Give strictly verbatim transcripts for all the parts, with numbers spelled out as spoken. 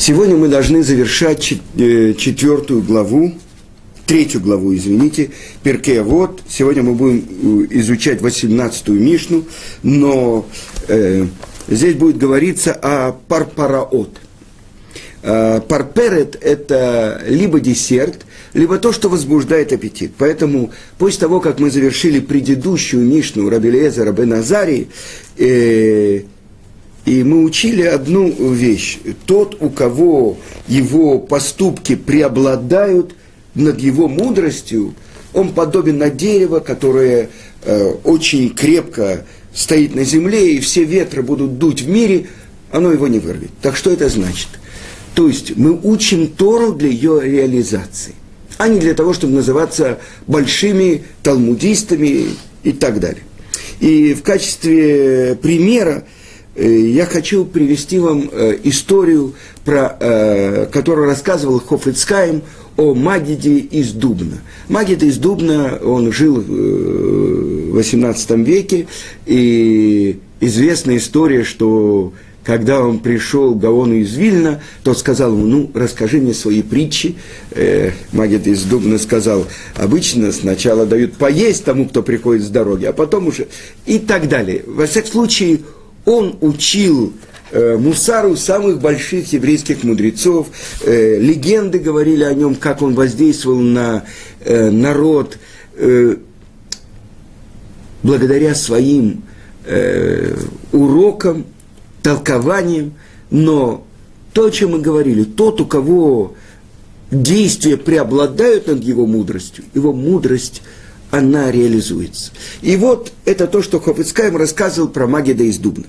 Сегодня мы должны завершать четвертую главу, третью главу, извините, Перкей Авот. Сегодня мы будем изучать восемнадцатую Мишну, но э, здесь будет говориться о парпараот. Э, парперет – это либо десерт, либо то, что возбуждает аппетит. Поэтому после того, как мы завершили предыдущую Мишну Раби Элиэзера бен Азарии, э, и мы учили одну вещь. Тот, у кого его поступки преобладают над его мудростью, он подобен на дерево, которое э, очень крепко стоит на земле, и все ветры будут дуть в мире, оно его не вырвет. Так что это значит? То есть мы учим Тору для ее реализации, а не для того, чтобы называться большими талмудистами и так далее. И в качестве примера я хочу привести вам э, историю, про, э, которую рассказывал Хафец Хаим о Магиде из Дубна. Магид из Дубна, он жил в восемнадцатом веке, и известная история, что когда он пришел к Гаону из Вильна, тот сказал ему: ну, расскажи мне свои притчи. Э, Магид из Дубна сказал: обычно сначала дают поесть тому, кто приходит с дороги, а потом уже... И так далее. Во всяком случае, он учил э, мусару самых больших еврейских мудрецов. Э, легенды говорили о нем, как он воздействовал на э, народ э, благодаря своим э, урокам, толкованиям. Но то, о чем мы говорили, тот, у кого действия преобладают над его мудростью, его мудрость, она реализуется. И вот это то, что Хафец Хаим рассказывал про Магида из Дубна.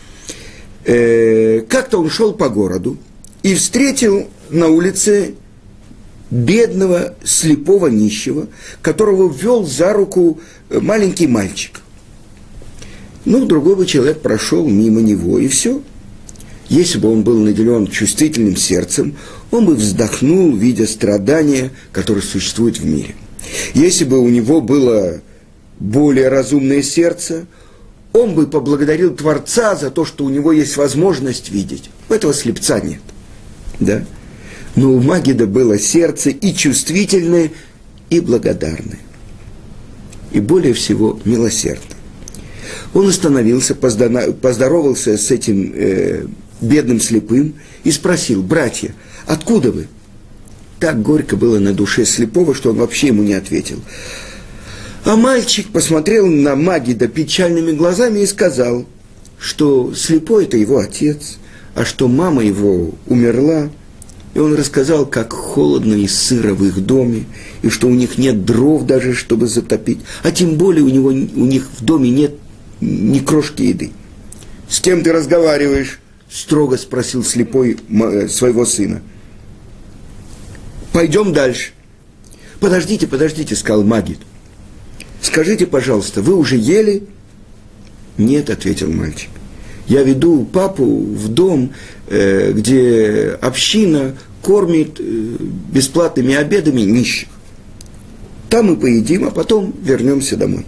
Э, как-то он шел по городу и встретил на улице бедного, слепого, нищего, которого ввел за руку маленький мальчик. Ну, другой бы человек прошел мимо него, и все. Если бы он был наделен чувствительным сердцем, он бы вздохнул, видя страдания, которые существуют в мире. Если бы у него было более разумное сердце, он бы поблагодарил Творца за то, что у него есть возможность видеть. У этого слепца нет. Да? Но у Магида было сердце и чувствительное, и благодарное. И более всего милосердное. Он остановился, поздоровался с этим э, бедным слепым и спросил: братья, откуда вы? Так горько было на душе слепого, что он вообще ему не ответил. А мальчик посмотрел на Магида печальными глазами и сказал, что слепой – это его отец, а что мама его умерла. И он рассказал, как холодно и сыро в их доме, и что у них нет дров даже, чтобы затопить, а тем более у, него, у них в доме нет ни крошки еды. «С кем ты разговариваешь?» – строго спросил слепой своего сына. «Пойдем дальше». «Подождите, подождите», — сказал Магид. «Скажите, пожалуйста, вы уже ели?» «Нет», — ответил мальчик. «Я веду папу в дом, э, где община кормит э, бесплатными обедами нищих. Там мы поедим, а потом вернемся домой».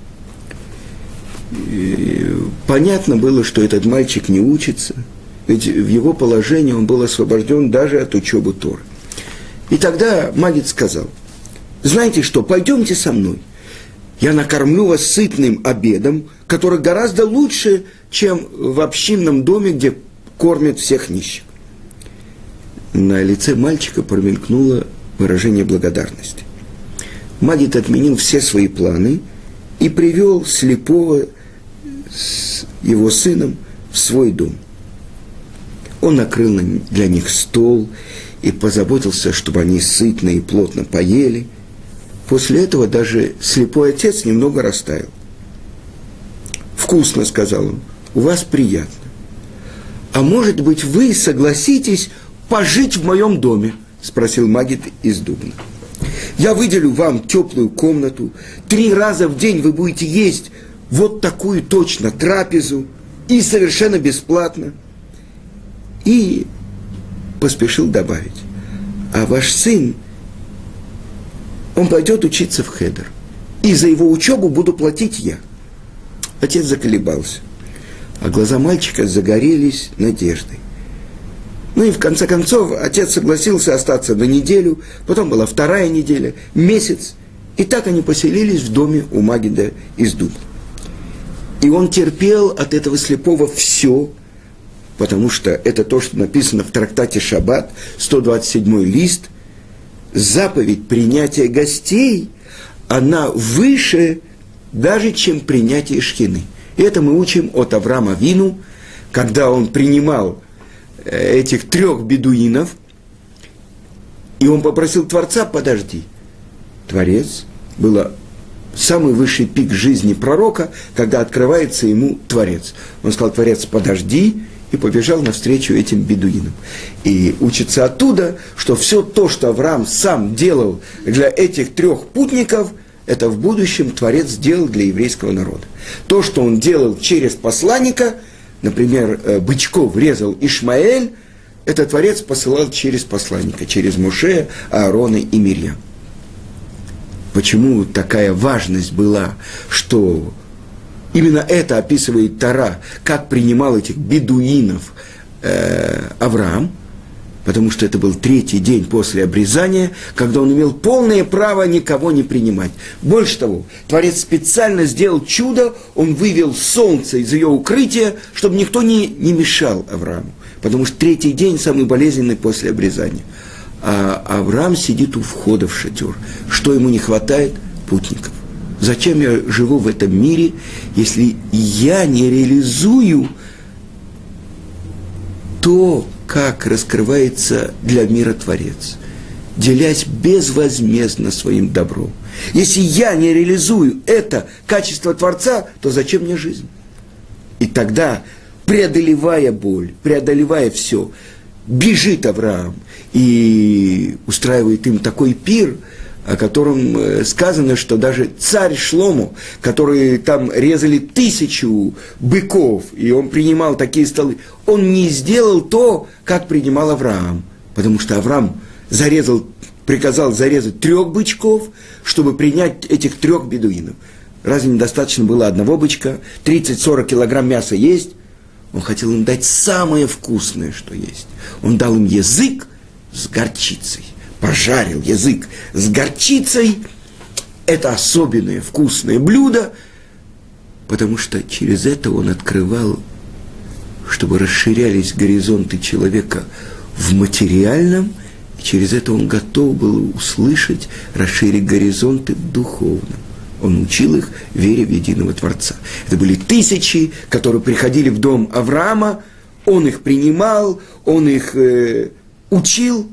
И понятно было, что этот мальчик не учится, ведь в его положении он был освобожден даже от учебы Торы. И тогда Магид сказал: знаете что, пойдемте со мной. Я накормлю вас сытным обедом, который гораздо лучше, чем в общинном доме, где кормят всех нищих. На лице мальчика промелькнуло выражение благодарности. Магид отменил все свои планы и привел слепого с его сыном в свой дом. Он накрыл для них стол и позаботился, чтобы они сытно и плотно поели. После этого даже слепой отец немного растаял. «Вкусно», — сказал он, — «у вас приятно. А может быть, вы согласитесь пожить в моем доме?» — спросил Магид из Дубна. «Я выделю вам теплую комнату, три раза в день вы будете есть вот такую точно трапезу, и совершенно бесплатно». И поспешил добавить: а ваш сын, он пойдет учиться в хедер, и за его учебу буду платить я. Отец заколебался, а глаза мальчика загорелись надеждой. Ну и в конце концов отец согласился остаться на неделю, потом была вторая неделя, месяц. И так они поселились в доме у Магида из Дубна. И он терпел от этого слепого все, потому что это то, что написано в трактате «Шаббат», сто двадцать седьмой лист, заповедь принятия гостей, она выше даже, чем принятие шхины. И это мы учим от Авраама Авину, когда он принимал этих трех бедуинов, и он попросил Творца: подожди. Творец было самый высший пик жизни пророка, когда открывается ему Творец. Он сказал: Творец, подожди, и побежал навстречу этим бедуинам. И учится оттуда, что все то, что Авраам сам делал для этих трех путников, это в будущем Творец сделал для еврейского народа. То, что он делал через посланника, например, бычков резал Ишмаэль, это Творец посылал через посланника, через Моше, Аарона и Мирьям. Почему такая важность была, что именно это описывает Тора, как принимал этих бедуинов э, Авраам? Потому что это был третий день после обрезания, когда он имел полное право никого не принимать. Больше того, Творец специально сделал чудо, он вывел солнце из ее укрытия, чтобы никто не, не мешал Аврааму. Потому что третий день самый болезненный после обрезания. А Авраам сидит у входа в шатер. Что ему не хватает? Путников. Зачем я живу в этом мире, если я не реализую то, как раскрывается для мира Творец, делясь безвозмездно своим добром? Если я не реализую это качество Творца, то зачем мне жизнь? И тогда, преодолевая боль, преодолевая все, бежит Авраам и устраивает им такой пир, о котором сказано, что даже царь Шломо, который там резали тысячу быков, и он принимал такие столы, он не сделал то, как принимал Авраам, потому что Авраам зарезал, приказал зарезать трех бычков, чтобы принять этих трех бедуинов. Разве недостаточно было одного бычка, тридцать-сорок килограмм мяса есть? Он хотел им дать самое вкусное, что есть. Он дал им язык с горчицей. Пожарил язык с горчицей. Это особенное вкусное блюдо, потому что через это он открывал, чтобы расширялись горизонты человека в материальном, и через это он готов был услышать, расширить горизонты в духовном. Он учил их вере в единого Творца. Это были тысячи, которые приходили в дом Авраама, он их принимал, он их э, учил.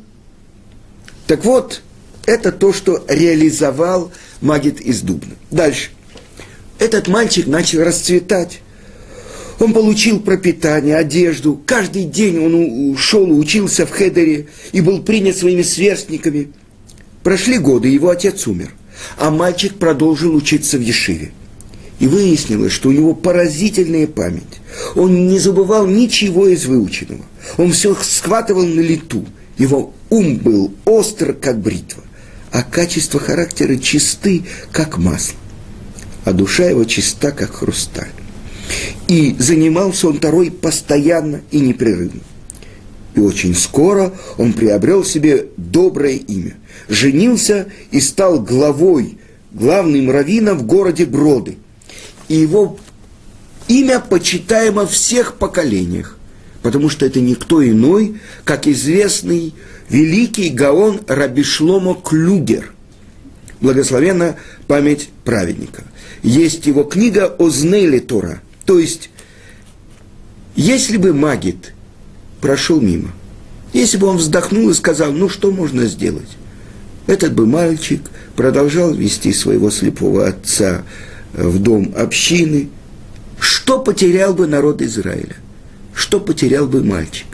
Так вот, это то, что реализовал Магид из Дубна. Дальше. Этот мальчик начал расцветать. Он получил пропитание, одежду. Каждый день он ушел, учился в хедере и был принят своими сверстниками. Прошли годы, его отец умер. А мальчик продолжил учиться в ешиве. И выяснилось, что у него поразительная память. Он не забывал ничего из выученного. Он все схватывал на лету. Его ум был остр, как бритва, а качество характера чисты, как масло, а душа его чиста, как хрусталь. И занимался он Торой постоянно и непрерывно. И очень скоро он приобрел себе доброе имя, женился и стал главой, главным раввином в городе Броды. И его имя почитаемо в всех поколениях, потому что это никто иной, как известный великий гаон Раби Шломо Клюгер. Благословенна память праведника. Есть его книга «Озней Тора». То есть, если бы Магид прошел мимо, если бы он вздохнул и сказал: ну что можно сделать? Этот бы мальчик продолжал вести своего слепого отца в дом общины. Что потерял бы народ Израиля? Что потерял бы мальчик?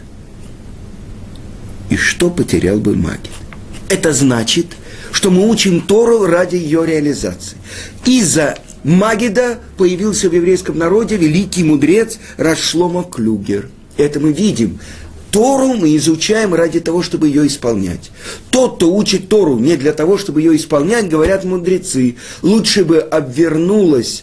И что потерял бы Магид? Это значит, что мы учим Тору ради ее реализации. Из-за Магида появился в еврейском народе великий мудрец Рав Шломо Клюгер. Это мы видим. Тору мы изучаем ради того, чтобы ее исполнять. Тот, кто учит Тору не для того, чтобы ее исполнять, говорят мудрецы, лучше бы обвернулась,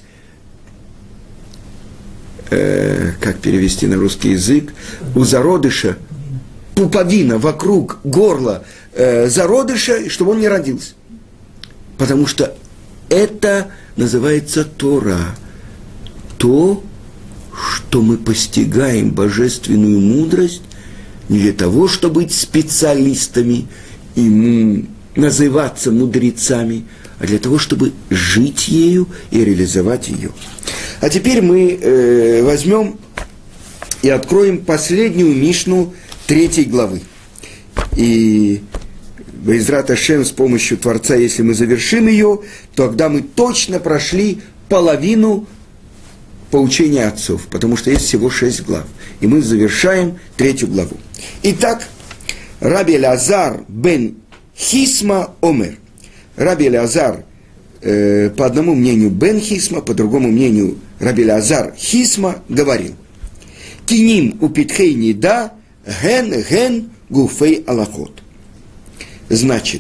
э, как перевести на русский язык, у зародыша пуповина вокруг горла э, зародыша, чтобы он не родился. Потому что это называется Тора. То, что мы постигаем божественную мудрость не для того, чтобы быть специалистами и называться мудрецами, а для того, чтобы жить ею и реализовать ее. А теперь мы э, возьмем и откроем последнюю Мишну третьей главы. И Бе'эзрат Ашем, с помощью Творца, если мы завершим ее, то тогда мы точно прошли половину поучения отцов, потому что есть всего шесть глав. И мы завершаем третью главу. Итак, Раби Элеазар бен Хисма омер. Раби Элеазар, э, по одному мнению бен Хисма, по другому мнению Раби Элеазар Хисма говорил: Киним у питхей нида ген ген гуфей алахот. Значит,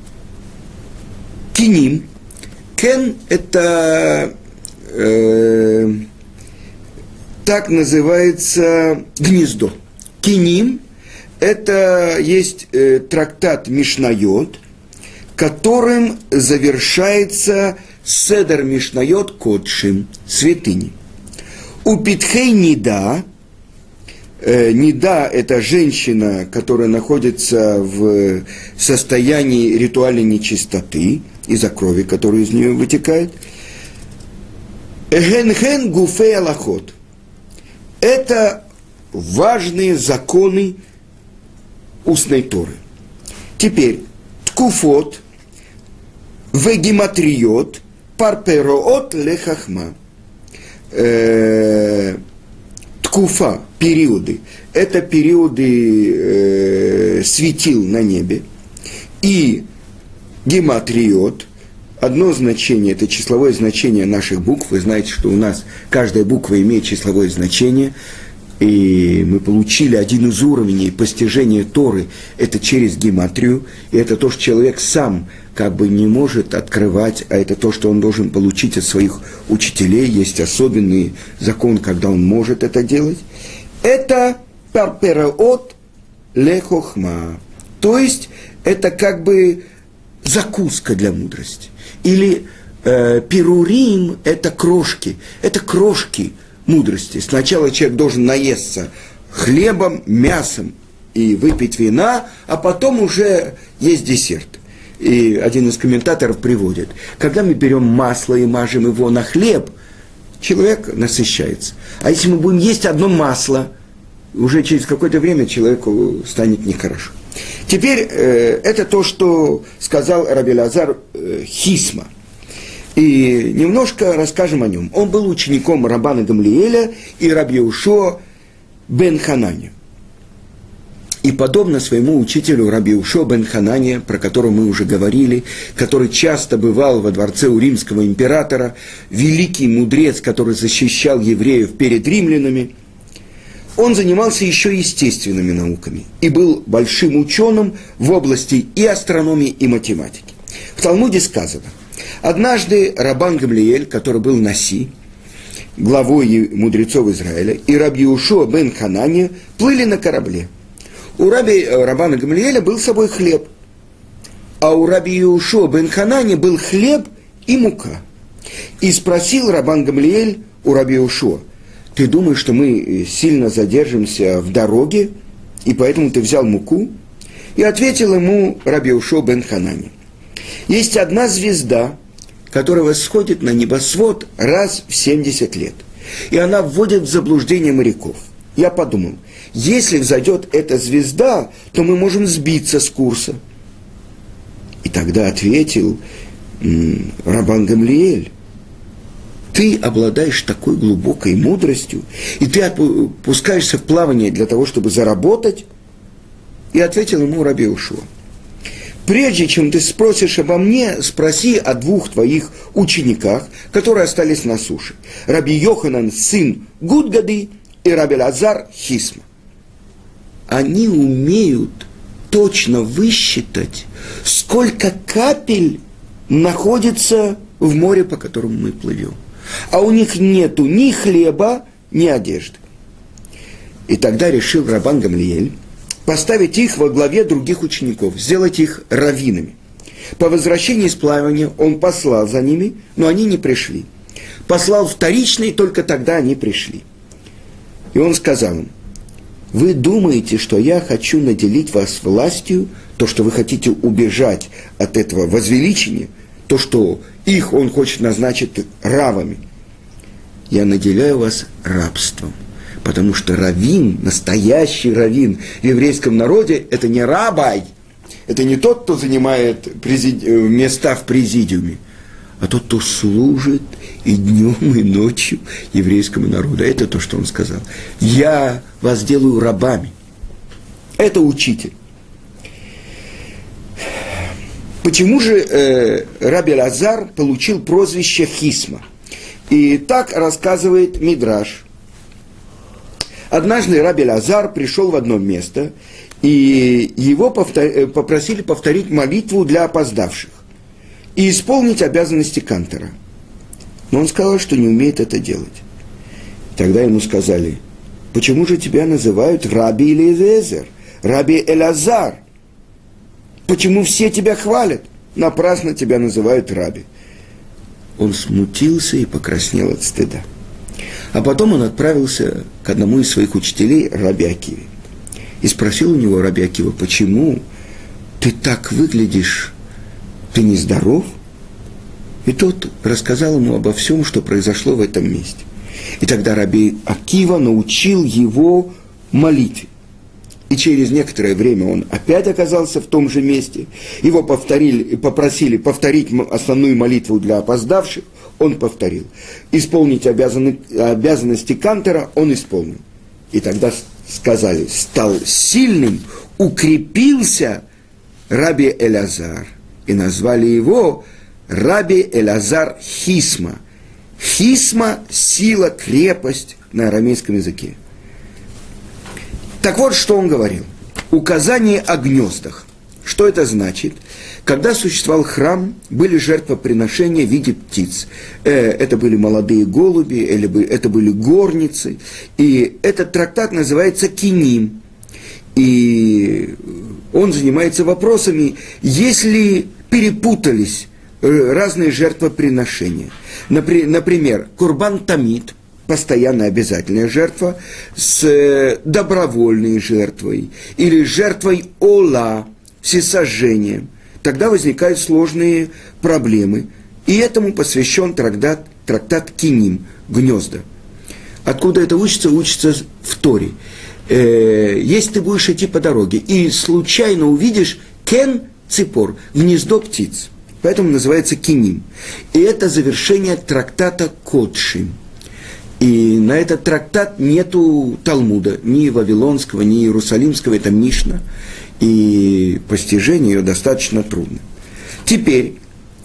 киним, кен это э, так называется гнездо. Киним это есть э, трактат Мишнайот, которым завершается Седер Мишнайот Кодшим, святыни. У Питхей Нида, э, Нида – это женщина, которая находится в состоянии ритуальной нечистоты из-за крови, которая из нее вытекает. Ген-ген гуфей алахот – это важные законы устной Торы. Теперь ткуфот, вегематриот, парпероот лехахма. Э, ткуфа, периоды, это периоды э, светил на небе. И гематриот, одно значение, это числовое значение наших букв. Вы знаете, что у нас каждая буква имеет числовое значение. И мы получили один из уровней постижения Торы, это через гематрию, и это то, что человек сам как бы не может открывать, а это то, что он должен получить от своих учителей. Есть особенный закон, когда он может это делать. Это парпераот лехохма, то есть это как бы закуска для мудрости. Или э, пирурим – это крошки, это крошки мудрости. Сначала человек должен наесться хлебом, мясом и выпить вина, а потом уже есть десерт. И один из комментаторов приводит: когда мы берем масло и мажем его на хлеб, человек насыщается. А если мы будем есть одно масло, уже через какое-то время человеку станет нехорошо. Теперь э, это то, что сказал Раби Элеазар э, Хисма. И немножко расскажем о нем. Он был учеником Раббана Гамлиэля и Раби Йеушуа бен Хананя. И подобно своему учителю Раби Йеушуа бен Хананя, про которого мы уже говорили, который часто бывал во дворце у римского императора, великий мудрец, который защищал евреев перед римлянами, он занимался еще естественными науками и был большим ученым в области и астрономии, и математики. В Талмуде сказано: однажды Раббан Гамлиэль, который был Наси, главой мудрецов Израиля, и Раби Йеушуа бен Хананя плыли на корабле. У Раби, Раббана Гамлиэля был с собой хлеб, а у Раби Йеушуа бен Хананя был хлеб и мука. И спросил Раббан Гамлиэль у Раби Йеушуа: ты думаешь, что мы сильно задержимся в дороге, и поэтому ты взял муку? И ответил ему Раби Йеушуа бен Хананя: есть одна звезда, которая восходит на небосвод раз в семьдесят лет. И она вводит в заблуждение моряков. Я подумал, если взойдет эта звезда, то мы можем сбиться с курса. И тогда ответил м, Раббан Гамлиэль: ты обладаешь такой глубокой мудростью, и ты отпускаешься в плавание для того, чтобы заработать. И ответил ему Раби Йеушуа: прежде чем ты спросишь обо мне, спроси о двух твоих учениках, которые остались на суше. Раби Йоханан, сын Гудгады, и Раби Элеазар Хисма. Они умеют точно высчитать, сколько капель находится в море, по которому мы плывем. А у них нету ни хлеба, ни одежды. И тогда решил Раббан Гамлиэль поставить их во главе других учеников, сделать их раввинами. По возвращении из плавания он послал за ними, но они не пришли. Послал вторично, и только тогда они пришли. И он сказал им: вы думаете, что я хочу наделить вас властью, то, что вы хотите убежать от этого возвеличения, то, что их он хочет назначить равами. Я наделяю вас рабством, потому что раввин, настоящий раввин в еврейском народе, это не рабай, это не тот, кто занимает президи... места в президиуме, а тот, кто служит и днем, и ночью еврейскому народу. Это то, что он сказал. Я вас делаю рабами. Это учитель. Почему же э, Раби Элазар получил прозвище Хисма? И так рассказывает Мидраш. Однажды Раби Элазар пришел в одно место, и его повтор... попросили повторить молитву для опоздавших и исполнить обязанности кантора. Но он сказал, что не умеет это делать. Тогда ему сказали: почему же тебя называют Раби Элиезер, Раби Элазар? Почему все тебя хвалят? Напрасно тебя называют Раби. Он смутился и покраснел от стыда. А потом он отправился к одному из своих учителей, Раби Акиве, и спросил у него Раби Акива: почему ты так выглядишь? Ты нездоров? И тот рассказал ему обо всем, что произошло в этом месте. И тогда Раби Акива научил его молитве. И через некоторое время он опять оказался в том же месте. Его повторили, попросили повторить основную молитву для опоздавших. Он повторил. Исполнить обязаны, обязанности кантора он исполнил. И тогда сказали: стал сильным, укрепился Раби Элазар. И назвали его Раби Элазар Хисма. Хисма – сила, крепость на арамейском языке. Так вот, что он говорил. Указание о гнездах. Что это значит? Когда существовал храм, были жертвоприношения в виде птиц. Это были молодые голуби, это были горницы. И этот трактат называется Киним. И он занимается вопросами, если перепутались разные жертвоприношения. Например, Курбан Тамид, постоянно обязательная жертва, с добровольной жертвой, или жертвой Ола, всесожжением. Тогда возникают сложные проблемы. И этому посвящен трактат, трактат Киним, гнезда. Откуда это учится? Учится в Торе. Э, если ты будешь идти по дороге и случайно увидишь кен ципор, гнездо птиц, поэтому называется Киним. И это завершение трактата Кодшим. И на этот трактат нету Талмуда, ни Вавилонского, ни Иерусалимского, это Мишна. И постижение ее достаточно трудно. Теперь,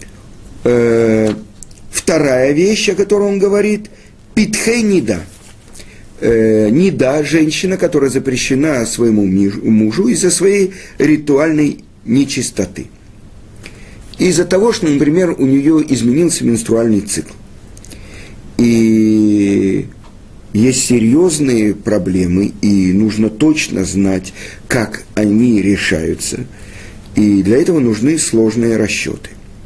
э, вторая вещь, о которой он говорит, питхей нида. Э, нида – женщина, которая запрещена своему мужу из-за своей ритуальной нечистоты. Из-за того, что, например, у нее изменился менструальный цикл. И есть серьезные проблемы, и нужно точно знать, как они решаются. И для этого нужны сложные расчеты.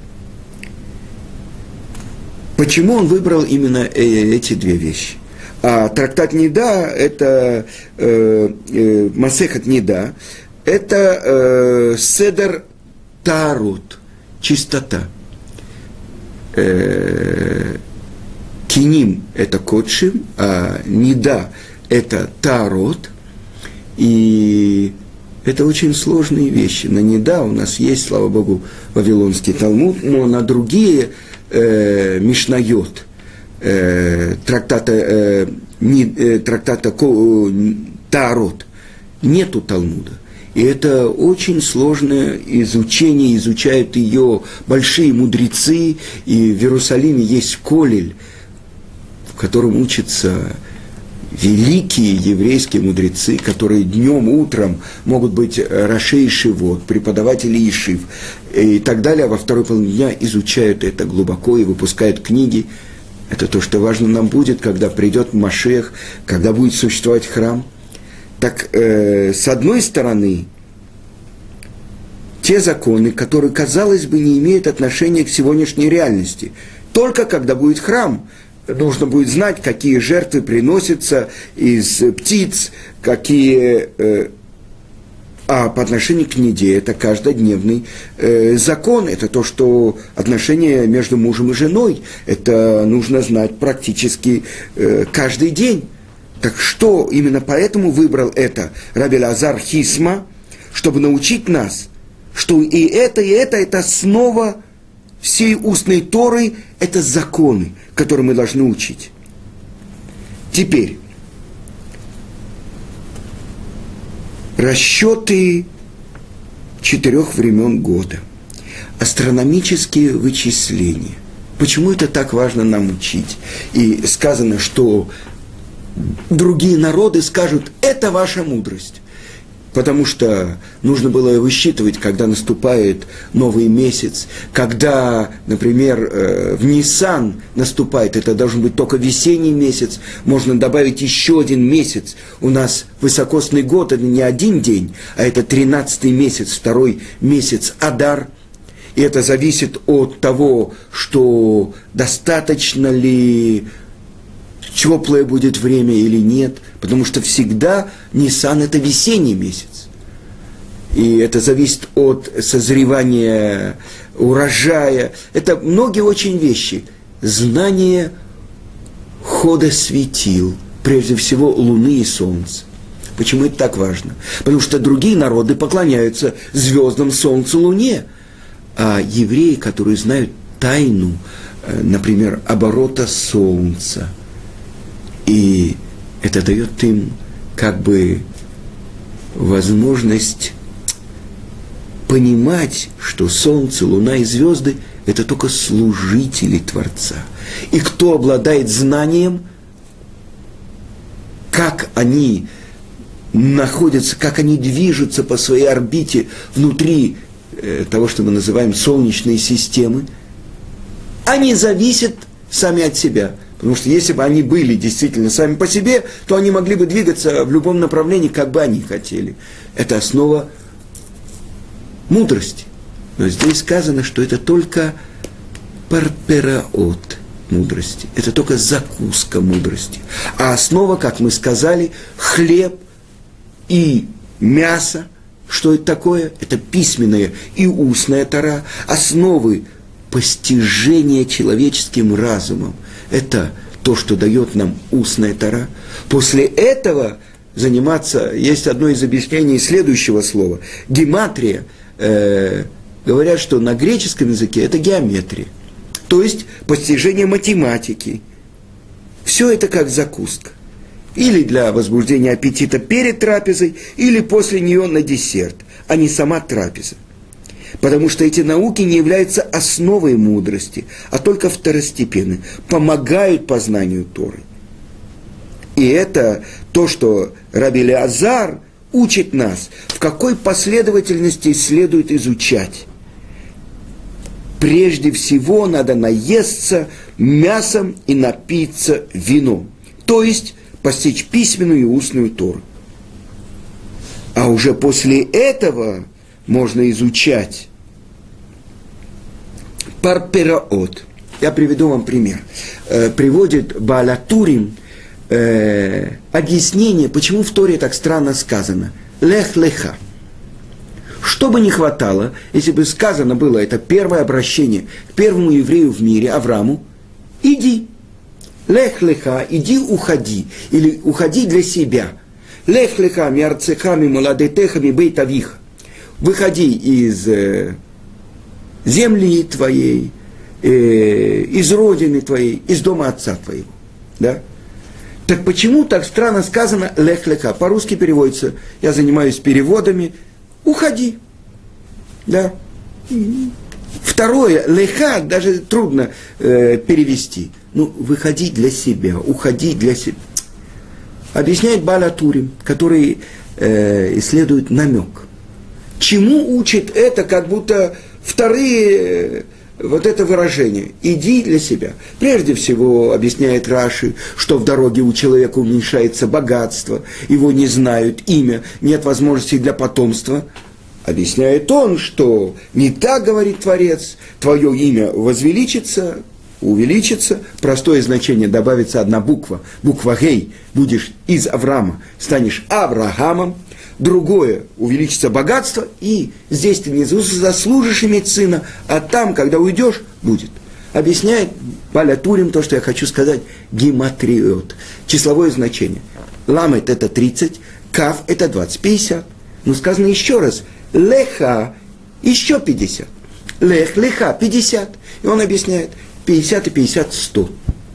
Почему он выбрал именно эти две вещи? А трактат Нида, это э, э, Масехет Нида, это э, Седер Таарот, чистота. Э, Киним – это Кодшим, а Нида – это Таарот. И это очень сложные вещи. На Нида у нас есть, слава Богу, Вавилонский Талмуд, но на другие э, Мишнайот, э, трактата, э, не, э, трактата э, Таарот, нету Талмуда. И это очень сложное изучение, изучают ее большие мудрецы, и в Иерусалиме есть колель, в котором учатся великие еврейские мудрецы, которые днем, утром могут быть рашей и шивот, преподаватели ешив и так далее, а во второй половине дня изучают это глубоко и выпускают книги. Это то, что важно нам будет, когда придет Машиах, когда будет существовать храм. Так, э, с одной стороны, те законы, которые, казалось бы, не имеют отношения к сегодняшней реальности. Только когда будет храм, нужно будет знать, какие жертвы приносятся из птиц, какие... Э, а по отношению к неде это каждодневный э, закон, это то, что отношения между мужем и женой, это нужно знать практически э, каждый день. Так что именно поэтому выбрал это Раби Элиазар Хисма, чтобы научить нас, что и это, и это, это основа всей устной Торы, это законы, которые мы должны учить. Теперь, расчеты четырех времен года, астрономические вычисления. Почему это так важно нам учить? И сказано, что другие народы скажут, это ваша мудрость. Потому что нужно было высчитывать, когда наступает новый месяц, когда, например, в Нисан наступает, это должен быть только весенний месяц, можно добавить еще один месяц. У нас высокосный год, это не один день, а это тринадцатый месяц, второй месяц Адар. И это зависит от того, что достаточно ли теплое будет время или нет, потому что всегда Нисан – это весенний месяц. И это зависит от созревания урожая. Это многие очень вещи. Знание хода светил, прежде всего Луны и Солнца. Почему это так важно? Потому что другие народы поклоняются звездам, Солнцу, Луне. А евреи, которые знают тайну, например, оборота Солнца, и это дает им как бы возможность понимать, что Солнце, Луна и звезды – это только служители Творца. И кто обладает знанием, как они находятся, как они движутся по своей орбите внутри э, того, что мы называем солнечной системы, они зависят сами от себя. Потому что если бы они были действительно сами по себе, то они могли бы двигаться в любом направлении, как бы они хотели. Это основа мудрости. Но здесь сказано, что это только парпераот мудрости. Это только закуска мудрости. А основа, как мы сказали, хлеб и мясо. Что это такое? Это письменная и устная Тора. Основы постижения человеческим разумом. Это то, что дает нам устная Тора. После этого заниматься, есть одно из объяснений следующего слова. Гематрия, э, говорят, что на греческом языке это геометрия. То есть постижение математики. Все это как закуска. Или для возбуждения аппетита перед трапезой, или после нее на десерт, а не сама трапеза. Потому что эти науки не являются основой мудрости, а только второстепенны, помогают познанию Торы. И это то, что Раби Элиазар учит нас, в какой последовательности следует изучать. Прежде всего надо наесться мясом и напиться вином, то есть постичь письменную и устную Тору. А уже после этого можно изучать парпераот. Я приведу вам пример. Э, приводит Бааль ха-Турим э, объяснение, почему в Торе так странно сказано. Лех леха. Что бы ни хватало, если бы сказано было, это первое обращение к первому еврею в мире, Аврааму, иди. Лех леха, иди, уходи. Или уходи для себя. Лех леха, миарцеха, мимоладетеха, мибейт авиха. Выходи из э, земли твоей, э, из родины твоей, из дома отца твоего. Да? Так почему так странно сказано «лех леха»? По-русски переводится, я занимаюсь переводами, уходи. Да? Второе, «леха» даже трудно э, перевести. Ну, выходи для себя, уходи для себя. Объясняет Бааль ха-Турим, который э, исследует намек. Чему учит это, как будто вторые вот это выражение «иди для себя». Прежде всего, объясняет Раши, что в дороге у человека уменьшается богатство, его не знают, имя, нет возможности для потомства. Объясняет он, что не так говорит Творец, твое имя возвеличится, увеличится, простое значение, добавится одна буква, буква Гей, будешь из Авраама, станешь Авраамом. Другое, увеличится богатство, и здесь ты не заслужишь иметь сына, а там, когда уйдешь, будет. Объясняет Баля Турим то, что я хочу сказать, гематриот, числовое значение. Ламет это тридцать, кав это двадцать, пятьдесят. Но сказано еще раз, леха еще пятьдесят. Лех, леха, пятьдесят. И он объясняет, пятьдесят и пятьдесят, сто.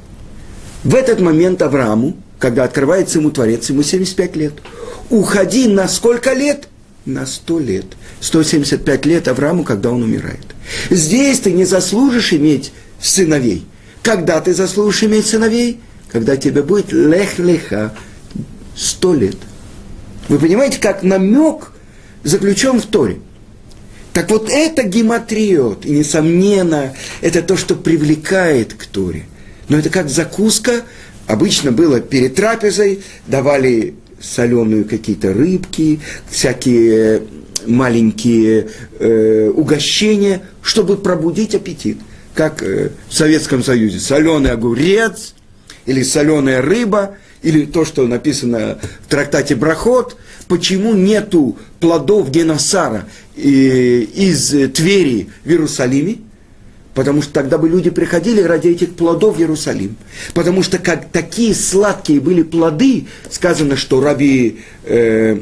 В этот момент Аврааму, когда открывается ему Творец, ему семьдесят пять лет. Уходи на сколько лет? На сто лет. сто семьдесят пять лет Аврааму, когда он умирает. Здесь ты не заслужишь иметь сыновей. Когда ты заслужишь иметь сыновей? Когда тебе будет лех-леха, сто лет. Вы понимаете, как намек заключен в Торе. Так вот это гематриот, и несомненно, это то, что привлекает к Торе. Но это как закуска, обычно было перед трапезой, давали соленые какие-то рыбки, всякие маленькие э, угощения, чтобы пробудить аппетит. Как э, в Советском Союзе соленый огурец, или соленая рыба, или то, что написано в трактате Брахот. Почему нету плодов Геносара э, из Твери в Иерусалиме? Потому что тогда бы люди приходили ради этих плодов в Иерусалим. Потому что как такие сладкие были плоды, сказано, что Раби, э,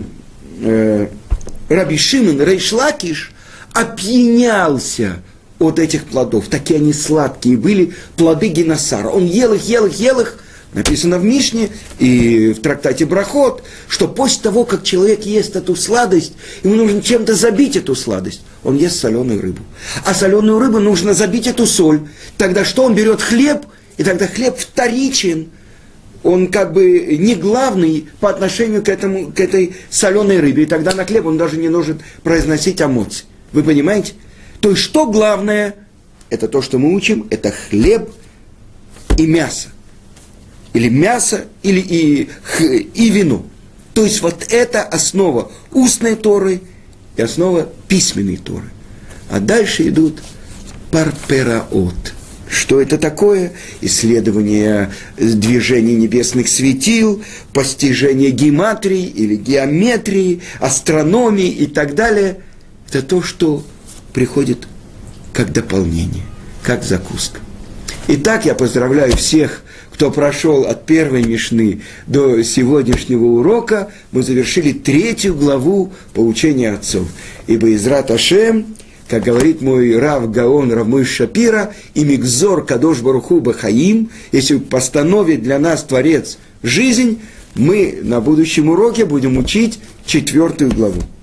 э, Раби Шимон Рейш Лакиш опьянялся от этих плодов. Такие они сладкие были, плоды Геносара. Он ел их, ел их, ел их. Написано в Мишне и в трактате Брахот, что после того, как человек ест эту сладость, ему нужно чем-то забить эту сладость. Он ест соленую рыбу. А соленую рыбу нужно забить эту соль. Тогда что? Он берет хлеб, и тогда хлеб вторичен. Он как бы не главный по отношению к, этому, к этой соленой рыбе. И тогда на хлеб он даже не может произносить эмоции. Вы понимаете? То есть что главное? Это то, что мы учим, это хлеб и мясо. Или мясо, или и, и вино. То есть вот это основа устной Торы и основа письменной Торы. А дальше идут парпераот. Что это такое? Исследование движений небесных светил, постижение гематрии или геометрии, астрономии и так далее. Это то, что приходит как дополнение, как закуска. Итак, я поздравляю всех, кто прошел от первой Мишны до сегодняшнего урока. Мы завершили третью главу поучения отцов. Ибо Израт Ашем, как говорит мой Рав Гаон Рав Мойше Шапира, и Мигзор Кадош Барух Ху Бахаим, если постановит для нас Творец жизнь, мы на будущем уроке будем учить четвертую главу.